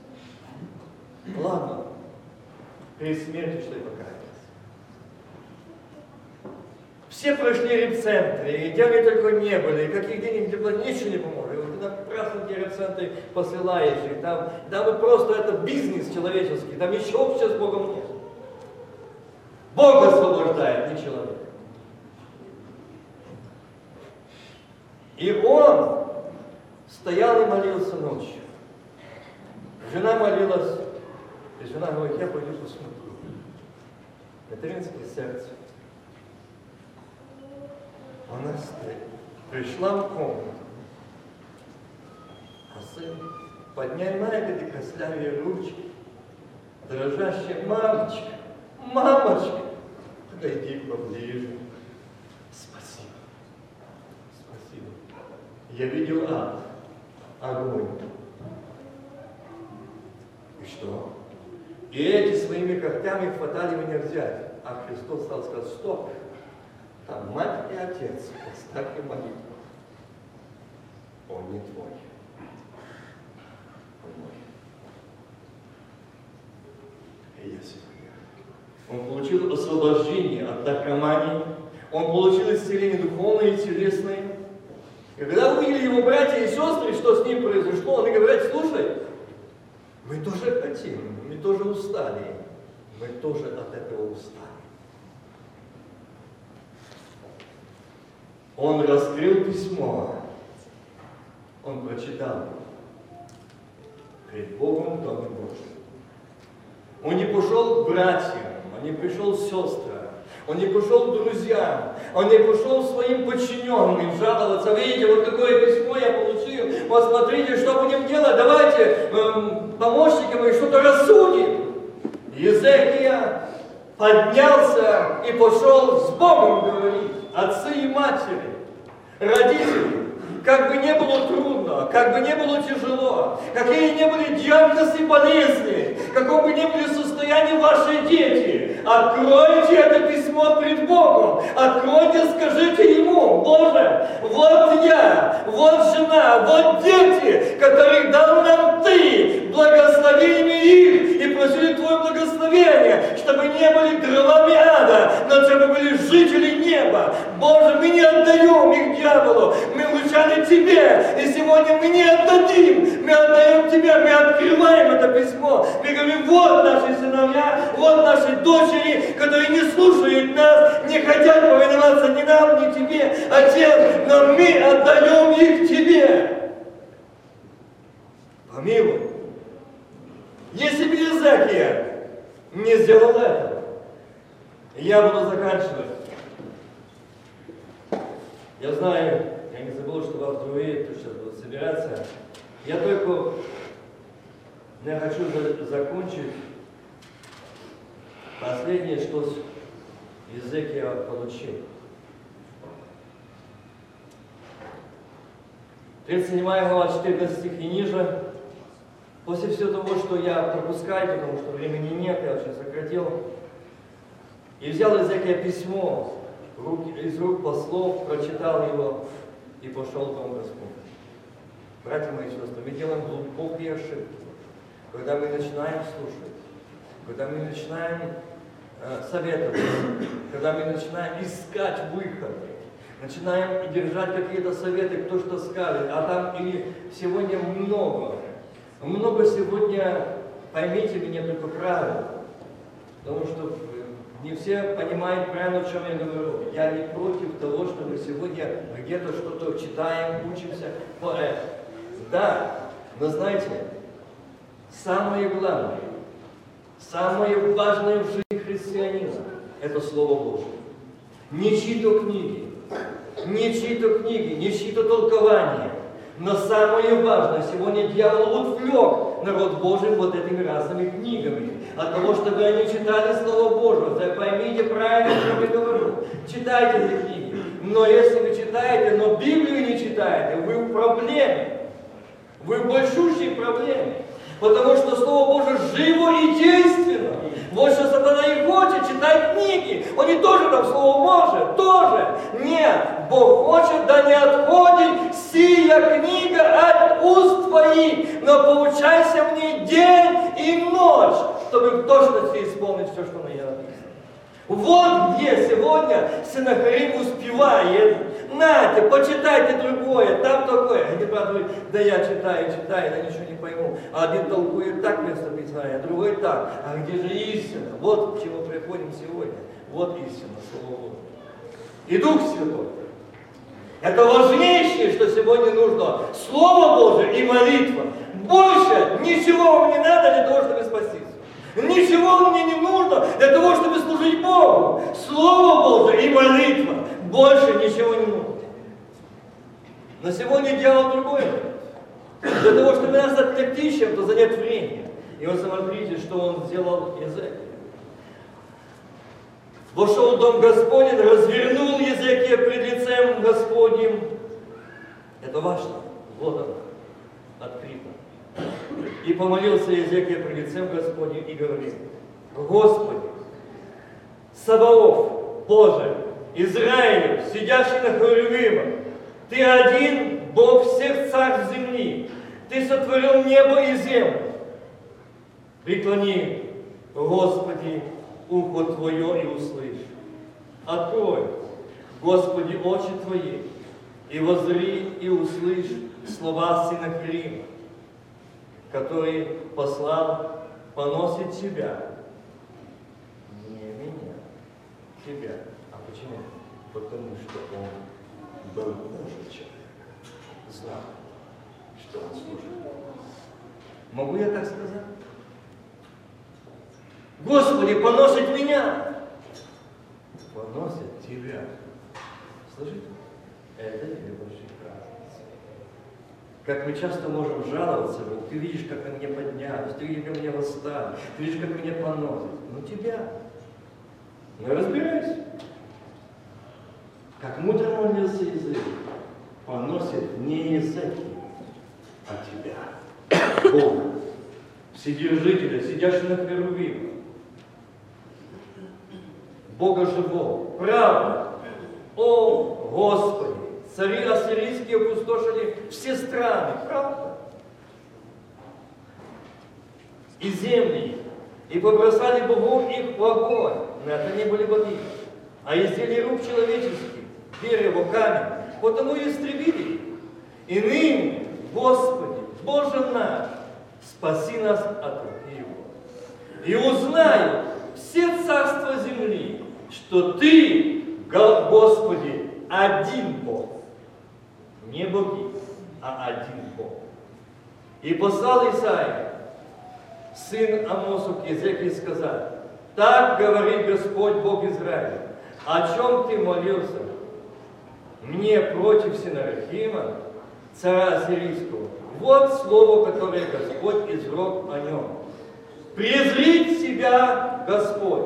Ладно, перед смертью, что и покаяться. Все прошли репцентры, и где они только не были, и каких денег не было, ничего не поможет. Вот когда красные репцентры посылаешь, и там и просто это бизнес человеческий, там ничего общего с Богом нет. Бог освобождает, не человек. И он стоял и молился ночью. Жена молилась, и жена говорит, я пойду посмотрю. Материнское сердце. Она пришла в комнату, а сын, поднимая эти костлявые ручки, дрожащая, мамочка, подойди поближе. Спасибо. Я видел ад, огонь. И что? И эти своими когтями хватали меня взять. А Христос стал сказать, стоп, там мать и отец, оставь им молитву. Он не твой. Он мой. И я сегодня. Он получил освобождение от наркомании, он получил исцеление духовное и телесное. И когда увидели его братья и сестры, что с ним произошло, они говорят, слушай, мы тоже хотим, мы тоже устали, мы тоже от этого устали. Он раскрыл письмо, он прочитал пред Богом в Доме Божьем. Он не пошел к братьям, он не пришел к сестрам, он не пошел к друзьям, он не пошел к своим подчиненным жаловаться. Видите, вот какое письмо я получил, вот смотрите, что будем делать, давайте помощникам и что-то рассудим. Иезекия поднялся и пошел с Богом говорить, отцы и матери, родители. Как бы не было трудно, как бы не было тяжело, какие не были диагнозы болезни, каком бы ни были состоянии ваши дети, откройте это письмо пред Богом, откройте, скажите Ему, Боже, вот я, вот жена, вот дети, которых дал нам Ты, благослови ими их и просили Твое благословение, чтобы не были дровами ада, но чтобы были жителей неба. Боже, мы не отдаем их дьяволу, мы вручали Тебе, и сегодня мы не отдадим, мы отдаем Тебе, мы открываем это письмо, мы говорим, вот наши сыновья, вот наши дочери, которые не слушают нас, не хотят повиноваться ни нам, ни Тебе, Отец, но мы отдаем их Тебе. Помилуй. Если бы Иезекия не сделал этого, я буду заканчивать. Я знаю, я не забыл, что вас двое тут сейчас будут собираться. Я только хочу закончить последнее, что Иезекия получил. 37 глава, 14 стих и ниже. После всего того, что я пропускаю, потому что времени нет, я очень сократил, и взял Иезекия письмо из рук послов, прочитал его и пошел в дом Господень. Братья мои и сестры, мы делаем глубокие ошибки, когда мы начинаем слушать, когда мы начинаем советоваться, когда мы начинаем искать выход, начинаем держать какие-то советы, кто что скажет, а там или сегодня много сегодня, поймите меня только правильно, потому что не все понимают правильно, о чем я говорю. Я не против того, что мы сегодня где-то что-то читаем, учимся по этому. Да, но знаете, самое главное, самое важное в жизни христианина – это Слово Божие. Не чьи-то книги, не чьи-то книги, не чьи-то толкования. Но самое важное, сегодня дьявол отвлек народ Божий вот этими разными книгами. От того, чтобы они читали Слово Божие. Поймите правильно, что я говорю. Читайте эти книги. Но если вы читаете, но Библию не читаете, вы в проблеме. Вы в большущей проблеме. Потому что Слово Божие живо и действенно. Вот что сатана и хочет, читать книги. Они тоже там Слово Божие, тоже. Нет, Бог хочет, да не отходит сия книга от уст твоих, но поучайся в ней день и ночь, чтобы в точности исполнить все, что на ней написано. Вот где сегодня Сеннахериб успевает. Нате, почитайте другое, там такое. Один брат говорит, да я читаю, да ничего не пойму. А один толкует так место Писания, а другой так. А где же истина? Вот к чему приходим сегодня. Вот истина, Слово Божие. И Дух Святой. Это важнейшее, что сегодня нужно. Слово Божие и молитва. Больше ничего вам не надо для того, чтобы спастись. Ничего мне не нужно для того, чтобы служить Богу. Слово Божие и молитва. Больше ничего не нужно. Но сегодня дьявол другой. Для того, чтобы нас отвлекти чем-то, занять время. И вот смотрите, что он сделал Иезекия. Вошел в дом Господень, развернул Иезекия пред лицем Господним. Это важно. Вот оно. Открыто. И помолился Иезекия пред лицем Господним и говорит: Господи, Саваоф, Боже, Израилю, сидящий на Херувимах, Ты один Бог всех царств земли. Ты сотворил небо и землю. Преклони, Господи, ухо Твое и услышь. Открой, Господи, очи Твои, и воззри и услышь слова Сеннахериба, который послал поносить Тебя. Не меня, Тебя. А почему? Потому что он был Божий человек. Знал, что он служит Богу. Могу я так сказать? Господи, поносит меня. Поносит Тебя. Слышите? Это две большие разницы. Как мы часто можем жаловаться, вот, ты видишь, как они меня поднялись, ты видишь, как меня восстали, ты видишь, как меня поносят. Ну тебя. Ну разбирайся. Как мудро молился язык, поносит не Иезекия, а тебя. Бога, Вседержителя, сидящего на Херувимах. Бога живого. Правда. О, Господи, цари ассирийские опустошили все страны. Правда. И земли, и побросали богов их в огонь. Но это не были боги. а изделие рук человеческих, дерево, камень, потому и истребили их. И ныне, Господи, Боже наш, спаси нас от руки его. И узнают все царства земли, что Ты, Господи, один Бог. Не боги, а один Бог. И послал Исаия, сын Амосу, к Езекии сказать: так говорит Господь Бог Израиля, о чем ты молился мне против Синарахима, царя Ассирийского? Вот слово, которое Господь изрек о нем. Презрит себя Господь.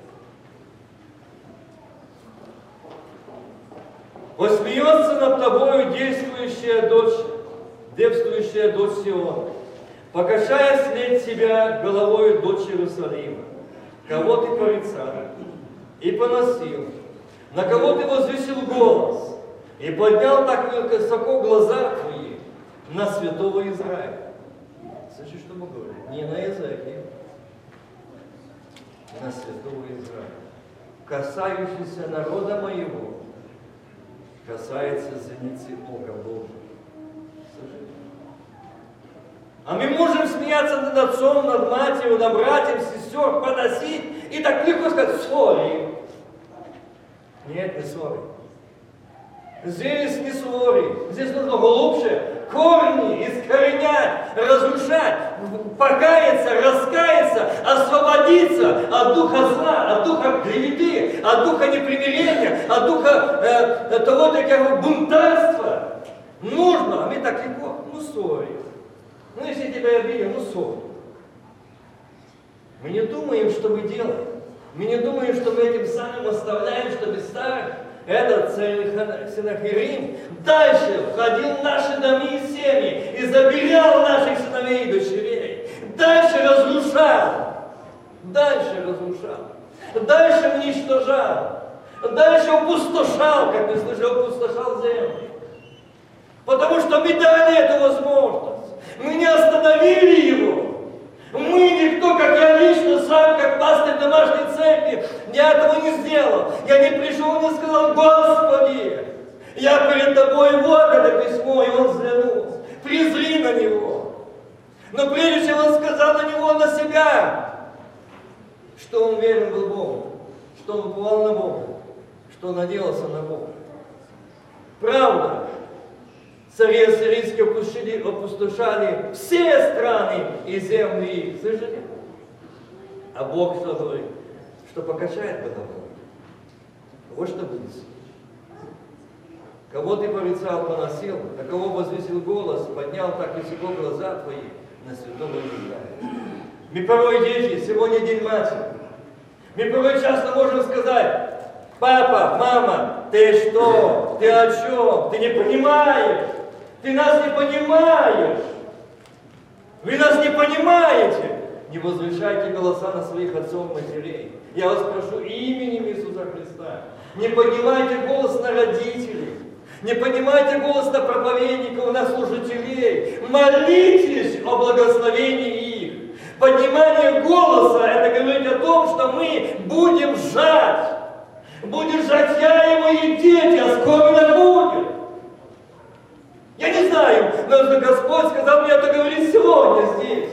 Посмеется над тобою девствующая дочь Сиона, покачая след себя головою дочь Иерусалима. Кого ты порицал и поносил, на кого ты возвысил голос, и поднял так высоко глаза твои на святого Израиля. Слышишь, что Бог говорит? Не на языке, на святого Израиля. Касающийся народа моего, касается зеницы ока Божьего. А мы можем смеяться над отцом, над матерью, над братьям, сестер, поносить и так легко сказать: сори. Нет, не сори. Здесь не сори. Здесь нужно глубже корни искоренять, разрушать, покаяться, раскаяться, освободиться от духа зла, от духа клеветы, от духа непримирения, от духа того такого бунтарства. Нужно, а мы так легко, сори. Если тебя обидел, сори. Мы не думаем, что мы делаем. Мы не думаем, что мы этим самым оставляем, чтобы старых, этот Синахирим дальше входил в наши дома и семьи и забирал наших сыновей и дочерей. Дальше разрушал. Дальше уничтожал. Дальше опустошал, как мы слышали, опустошал землю. Потому что мы дали эту возможность. Мы не остановили его. Мы, никто, как я лично, сам, как пастырь домашней церкви, я этого не сделал. Я не пришел и не сказал: Господи, я перед тобой, вот это письмо, и он взглянул. Презри на него. Но прежде чем он сказал на него, на себя, что он верен был Богу, что он уповал на Бога, что он надеялся на Бога. Правда, цари ассирийские опустошали все страны и земли их. Слышите? А Бог что говорит? Что покачает головой. Вот что будет. Кого ты порицал, поносил, на кого возвысил голос, поднял так высоко глаза твои на святого Израиля. Мы порой, дети, сегодня день матери. Мы порой часто можем сказать: папа, мама, ты что? Ты о чем? Ты не понимаешь. Ты нас не понимаешь. Вы нас не понимаете. Не возвышайте голоса на своих отцов и матерей. Я вас прошу именем Иисуса Христа. Не поднимайте голос на родителей. Не поднимайте голос на проповедников, на служителей. Молитесь о благословении их. Поднимание голоса — это говорит о том, что мы будем жать. Будем жать я и мои дети, а скоро это будет. Я не знаю, но Господь сказал мне это говорить сегодня здесь.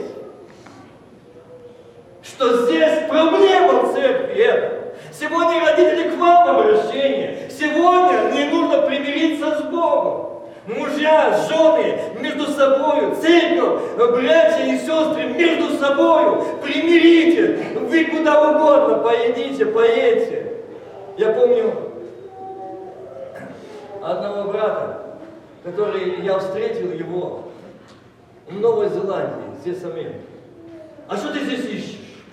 Что здесь проблема в церкви это. Сегодня родители к вам обращение. Сегодня не нужно примириться с Богом. Мужья, жены между собою, церковь, братья и сестры между собою. Примирите. Вы куда угодно поедите, поедьте. Я помню одного брата, который я встретил его в Новой Зеландии, здесь Америка. А что ты здесь ищешь?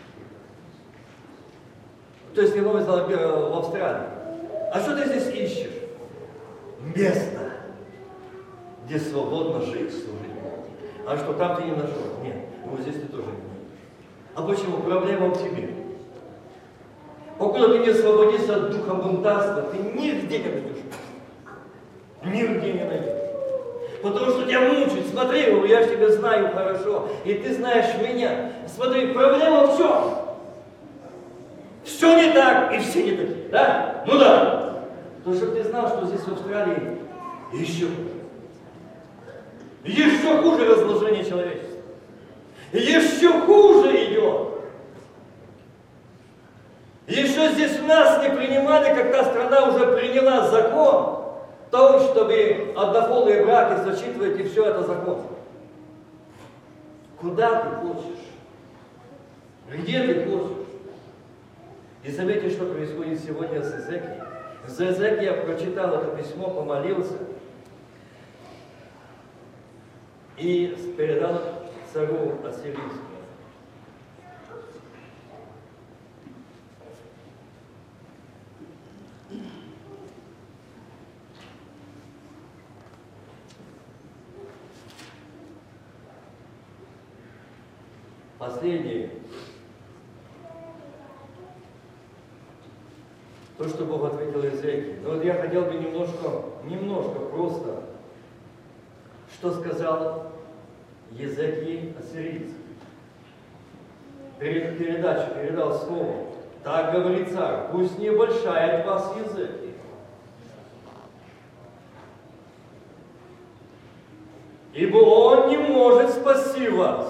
То есть не в Новой Зеландии, а в Австралии. А что ты здесь ищешь? Место, где свободно жить, служить Богу. А что, там ты не нашел? Нет, вот здесь ты тоже не нашел. А почему? Проблема в тебе. Покуда ты не освободишься от духа бунтарства, ты нигде не найдешь. Нигде не найдешь. Потому что тебя мучают. Смотри, я же тебя знаю хорошо, и ты знаешь меня. Смотри, проблема в чем? В все не так и все не такие, да? Ну да. То, чтобы ты знал, что здесь в Австралии еще хуже. Еще хуже разложение человечества. Еще хуже идет. Еще здесь в нас не принимали, как та страна уже приняла закон того, чтобы однополые браки зачитывать, и все это закон. Куда ты хочешь? Где ты хочешь? И заметьте, что происходит сегодня с Иезекией. За Иезекией я прочитал это письмо, помолился и передал царю ассирийскому. Последнее. То, что Бог ответил Иезекии. Но вот я хотел бы немножко просто, что сказал Иезекии ассирийцу. Передачу передал слово. Так говорит царь, пусть не обольщает вас Иезекия. Ибо он не может спасти вас.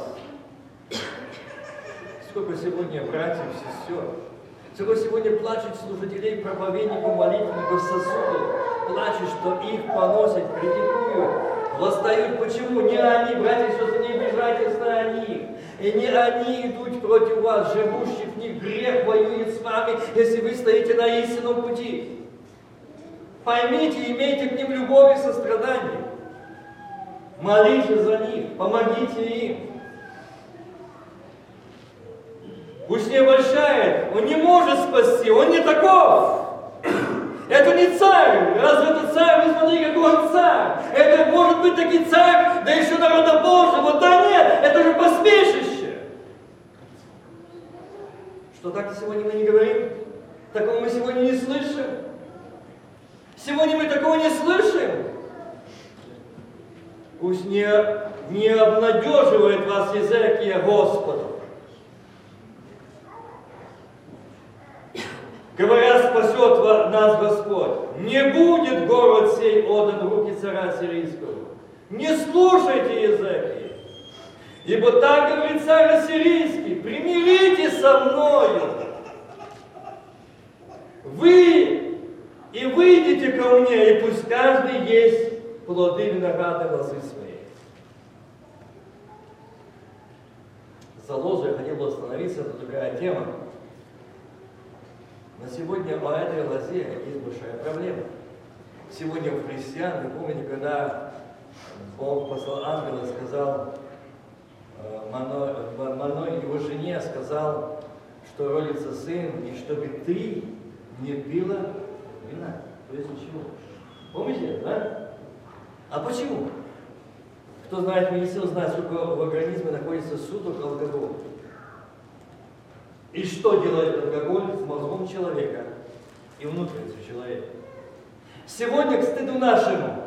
Сколько сегодня братьев, сестер, сколько сегодня плачут служителей, проповедников, молитвенников, сосудов, плачут, что их поносят, критикуют, восстают. Почему? Не они, братья и сестры, не обижайтесь на них. И не они идут против вас, живущих в них, грех воюет с вами, если вы стоите на истинном пути. Поймите, имейте к ним любовь и сострадание. Молитесь за них, помогите им. Пусть не обольщает, он не может спасти, он не таков. Это не царь, разве это царь, вы смотрите, какой он царь. Это может быть таки царь, да еще народа Божьего, да нет, это же посмешище. Что так сегодня мы не говорим? Такого мы сегодня не слышим. Сегодня мы такого не слышим. Пусть не обнадеживает вас Иезекия Господу. Говоря, спасет нас Господь. Не будет город сей отдан в руки царя сирийского. Не слушайте Иезекии. Ибо так говорит царь ассирийский: примиритесь со мною. Вы и выйдите ко мне, и пусть каждый есть плоды виноградной лозы своей. За лозу я хотел бы остановиться, это другая тема. Но сегодня по этой лозе есть большая проблема. Сегодня у христиан, вы помните, когда Бог послал ангела и сказал Маной, его жене, сказал, что родится сын, и чтобы ты не пила вина. То есть ничего. Помните, да? А почему? Кто знает медицину, знает, сколько в организме находится суток алкоголя. И что делает алкоголь с мозгом человека и внутренностью человека? Сегодня, к стыду нашему,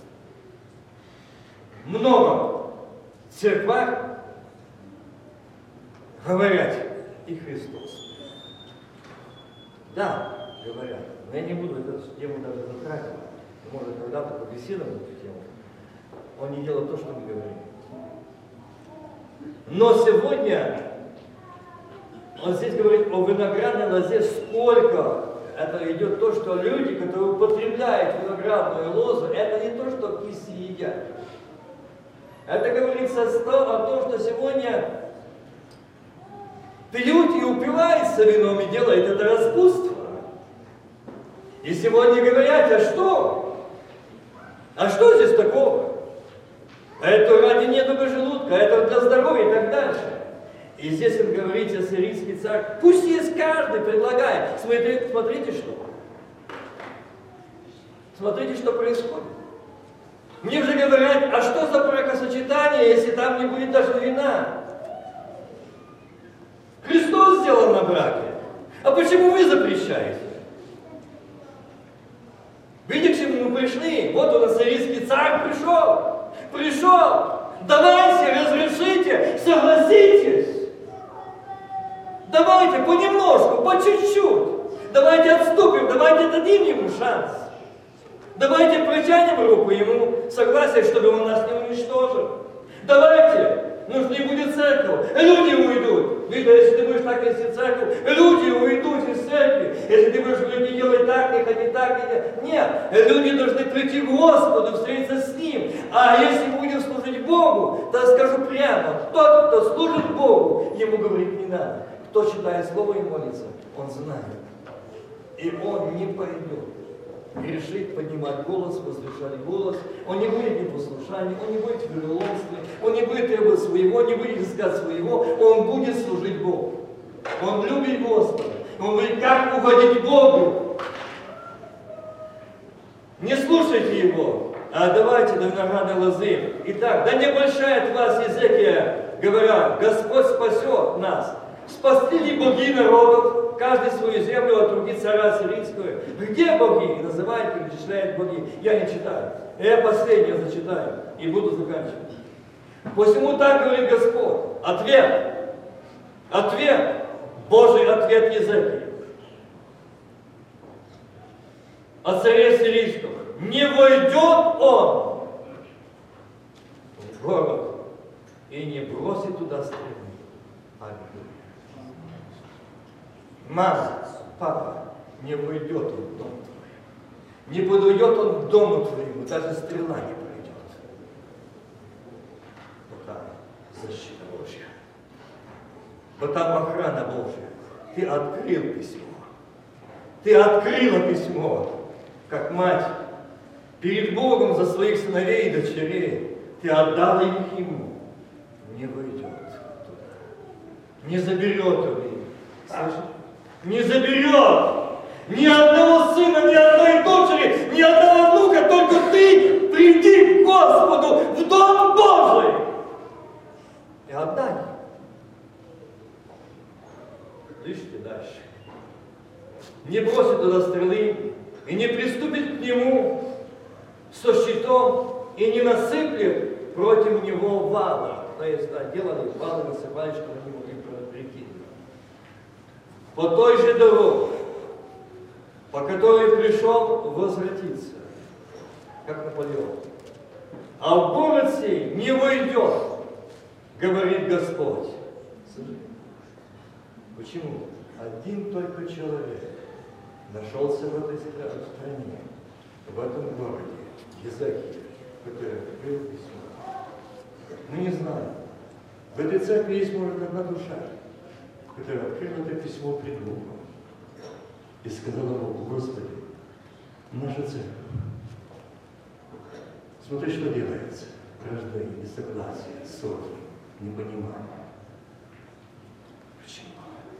много в церквах говорят и Христос. Да, говорят, но я не буду эту тему даже затрагивать. Может, когда-то побеседуем эту тему. Он не делает то, что мы говорим. Но сегодня он здесь говорит о виноградной лозе, сколько это идет то, что люди, которые употребляют виноградную лозу, это не то, что киси едят. Это говорится о том, что сегодня пьют и упиваются вином и делают это распутство. И сегодня говорят, а что? А что здесь такого? Это ради недуга желудка, это для здоровья и так дальше. И здесь он говорит, ассирийский царь, пусть есть каждый, предлагает. Смотрите, что. Смотрите, что происходит. Мне же говорят, а что за бракосочетание, если там не будет даже вина? Христос сделал на браке. А почему вы запрещаете? Видите, к чему мы пришли? Вот он, ассирийский царь, пришел. Давайте, разрешите, согласитесь. Давайте понемножку, по чуть-чуть. Давайте отступим, давайте дадим ему шанс. Давайте протянем руку ему, согласие, чтобы он нас не уничтожил. Давайте, не будет церковь, люди уйдут. Видно, если ты будешь так нести церковь, люди уйдут из церкви. Если ты будешь говорить, не делай так, не ходи так, не делай. Нет, люди должны прийти к Господу, встретиться с Ним. А если мы будем служить Богу, то скажу прямо, тот, кто служит Богу, ему говорить не надо. Кто читает Слово и молится, он знает. И он не пойдет грешить, поднимать голос, возвышать голос. Он не будет непослушанием, он не будет в вероломстве, он не будет требовать своего, не будет искать своего, он будет служить Богу. Он любит Господа. Он говорит, как угодить Богу. Не слушайте его, а давайте до виноградной лозы. Итак, да не большает вас Езекия, говоря, Господь спасет нас. Спасли ли боги народов, каждый свою землю от руки царя сирийского? Где боги? И называет, перечисляет боги. Я не читаю. Я последнее зачитаю и буду заканчивать. Посему так говорит Господь. Ответ. Ответ. Божий ответ Езекии. О царе сирийском. Не войдет он в город и не бросит туда стрелы. Аллилуйя. Мама, папа, не войдет он в дом твой. Не подойдет он к дому твоему, даже стрела не пройдет. Вот там защита Божья. Вот там охрана Божья. Ты открыл письмо. Ты открыла письмо, как мать, перед Богом за своих сыновей и дочерей. Ты отдала их ему. Не войдет туда. Не заберет он их. Слышишь? Не заберет ни одного сына, ни одной дочери, ни одного внука, только ты приди к Господу в Дом Божий и отдай. Слышите дальше. Не бросит туда стрелы и не приступит к нему со щитом и не насыплет против него вала. То есть, делали валы, насыпали, чтобы они могли прикинуть. По той же дороге, по которой пришел, возвратиться, как Наполеон. А в город сей не войдет, говорит Господь. Почему? Один только человек нашелся в этой стране, в этом городе, Езекия, который открыл письмо. Мы не знаем. В этой церкви есть, может, одна душа, который открыл это письмо пред Богом и сказала Богу, Господи, наша церковь, смотри, что делается. Вражды, несогласие, ссоры, непонимание. Почему?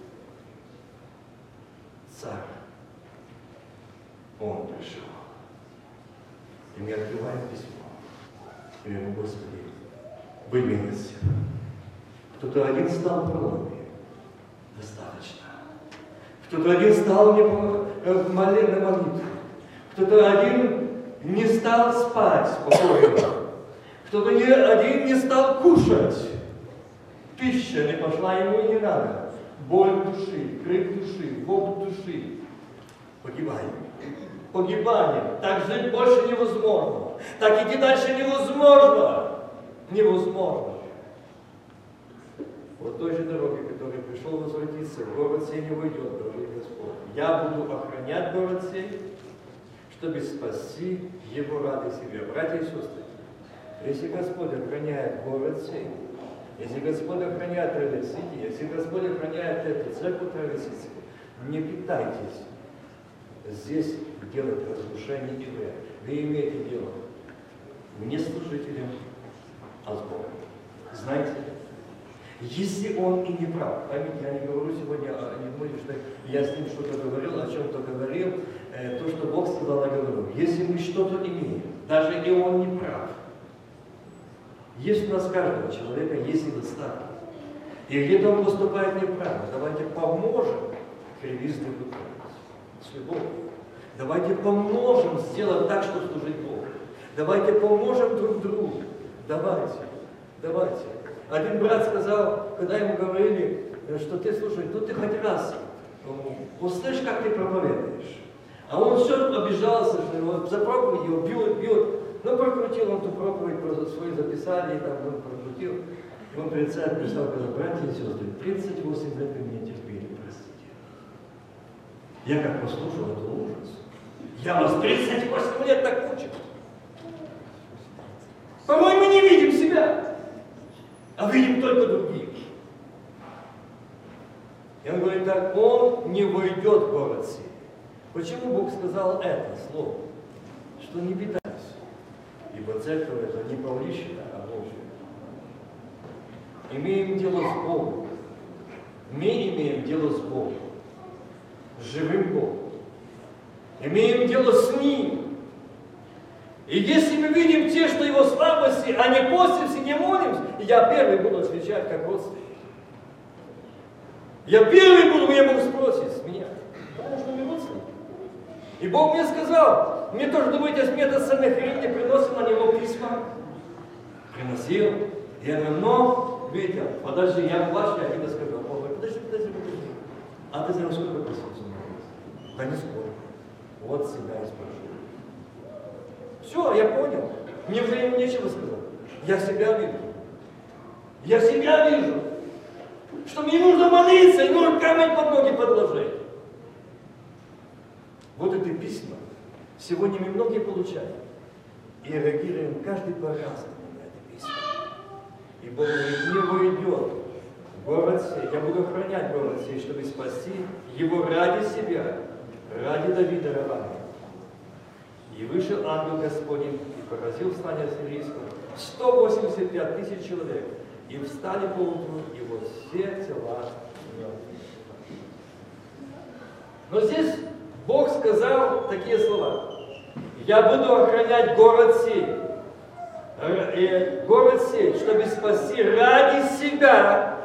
Царь, он пришел. И мы открываем письмо. И говорим, Господи, вы милостивы. Кто-то один стал в проломе. Достаточно. Кто-то один стал на молитву. Кто-то один не стал спать спокойно. Кто-то один не стал кушать. Пища не пошла ему и не надо. Боль души, крик души, вопль души. Погибаем. Погибаем. Так жить больше невозможно. Так идти дальше невозможно. Невозможно. Вот той же дороге, которой пришел возвратиться, в город сей не войдет, говорит Господь. Я буду охранять город сей, чтобы спасти его ради себя. Братья и сестры, если Господь охраняет город сей, если Господь охраняет Тревесити, если Господь охраняет эту церковь Тревесити, не питайтесь здесь делать разрушение и вред. Вы имеете дело не с служителем, а с Богом. Знаете, если он и не прав, поймите, я не говорю сегодня, не думайте, что я с ним что-то говорил, о чем-то говорил, то, что Бог сказал, я говорю. Если мы что-то имеем, даже и он не прав, есть у нас каждого человека, есть недостатки. И где-то он поступает неправильно, давайте поможем кривизны выправить с любовью. Давайте поможем сделать так, чтобы служить Богу. Давайте поможем друг другу. Давайте. Один брат сказал, когда ему говорили, что ты, слушай, ну ты хоть раз услышь, как ты проповедуешь. А он все обижался, что его за проповедь его бьют. Ну, прокрутил он ту проповедь, свою записали, и там он прокрутил. И он перед церковью стал говорить: братья и сестры, 38 лет вы меня терпели, простите. Я как послушал, это ужас. Я вас 38 лет так мучил. Порой мы не видим себя, а видим только других. И он говорит так: он не войдет в город сей. Почему Бог сказал это слово? Что не питайся. Ибо церковь это не Павлищина, а Божья. Имеем дело с Богом. Мы имеем дело с Богом. С живым Богом. Имеем дело с Ним. И если мы видим те, что Его слабости, а не постимся, не молимся, я первый буду отвечать как родственник. Я первый буду, меня Бог спросит с меня. Потому что мы родственники. И Бог мне сказал, мне тоже, думаете, мне это Сеннахериб не приносил на него письма? Приносил. Я говорю: но, Витя, подожди, я плачу, я тебе сказал. Он говорит: подожди. А ты знаешь, сколько просил? Да не сколько. Вот себя и спрашиваю. Все, я понял. Мне уже ему нечего сказать. Я себя вижу. Я себя вижу. Что мне нужно молиться, и нужно камень под ноги подложить. Вот эти письма сегодня мы многие получаем. И реагируем каждый по-разному на эти письма. И Бог говорит: не войдет в город сей. Я буду охранять город сей, чтобы спасти его ради себя, ради Давида раба. И вышел ангел Господень и поразил в стане ассирийском 185 тысяч человек. И встали поутру его все тела мертвые. Но здесь Бог сказал такие слова: я буду охранять город сей, чтобы спасти ради себя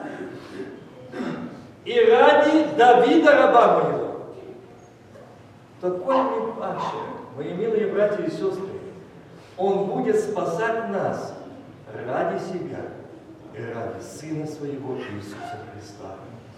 и ради Давида раба моего. Такой мне паче, мои милые братья и сестры, Он будет спасать нас ради себя и ради Сына Своего Иисуса Христа.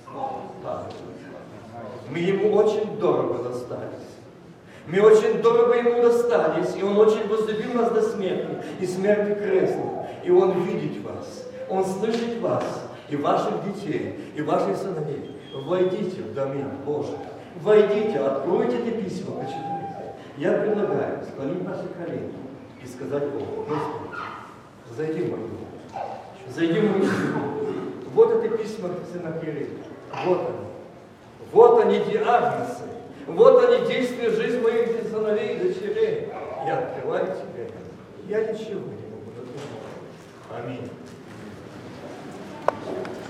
Мы Ему очень дорого достались. Мы очень дорого Ему достались, и Он очень возлюбил нас до смерти, и смерти крестной. И Он видит вас, Он слышит вас, и ваших детей, и ваших сыновей. Войдите в домен Божий. Войдите, откройте эти письма, почитайте. Я предлагаю склонить наши колени и сказать Богу: Господи, зайди в мою дом, зайди в мою семью. Вот эти письма Сеннахериба. Вот они. Вот они, диагнозы. Вот они, действия жизни моих сыновей и дочерей. Я открываю тебе. Я ничего не могу. Аминь.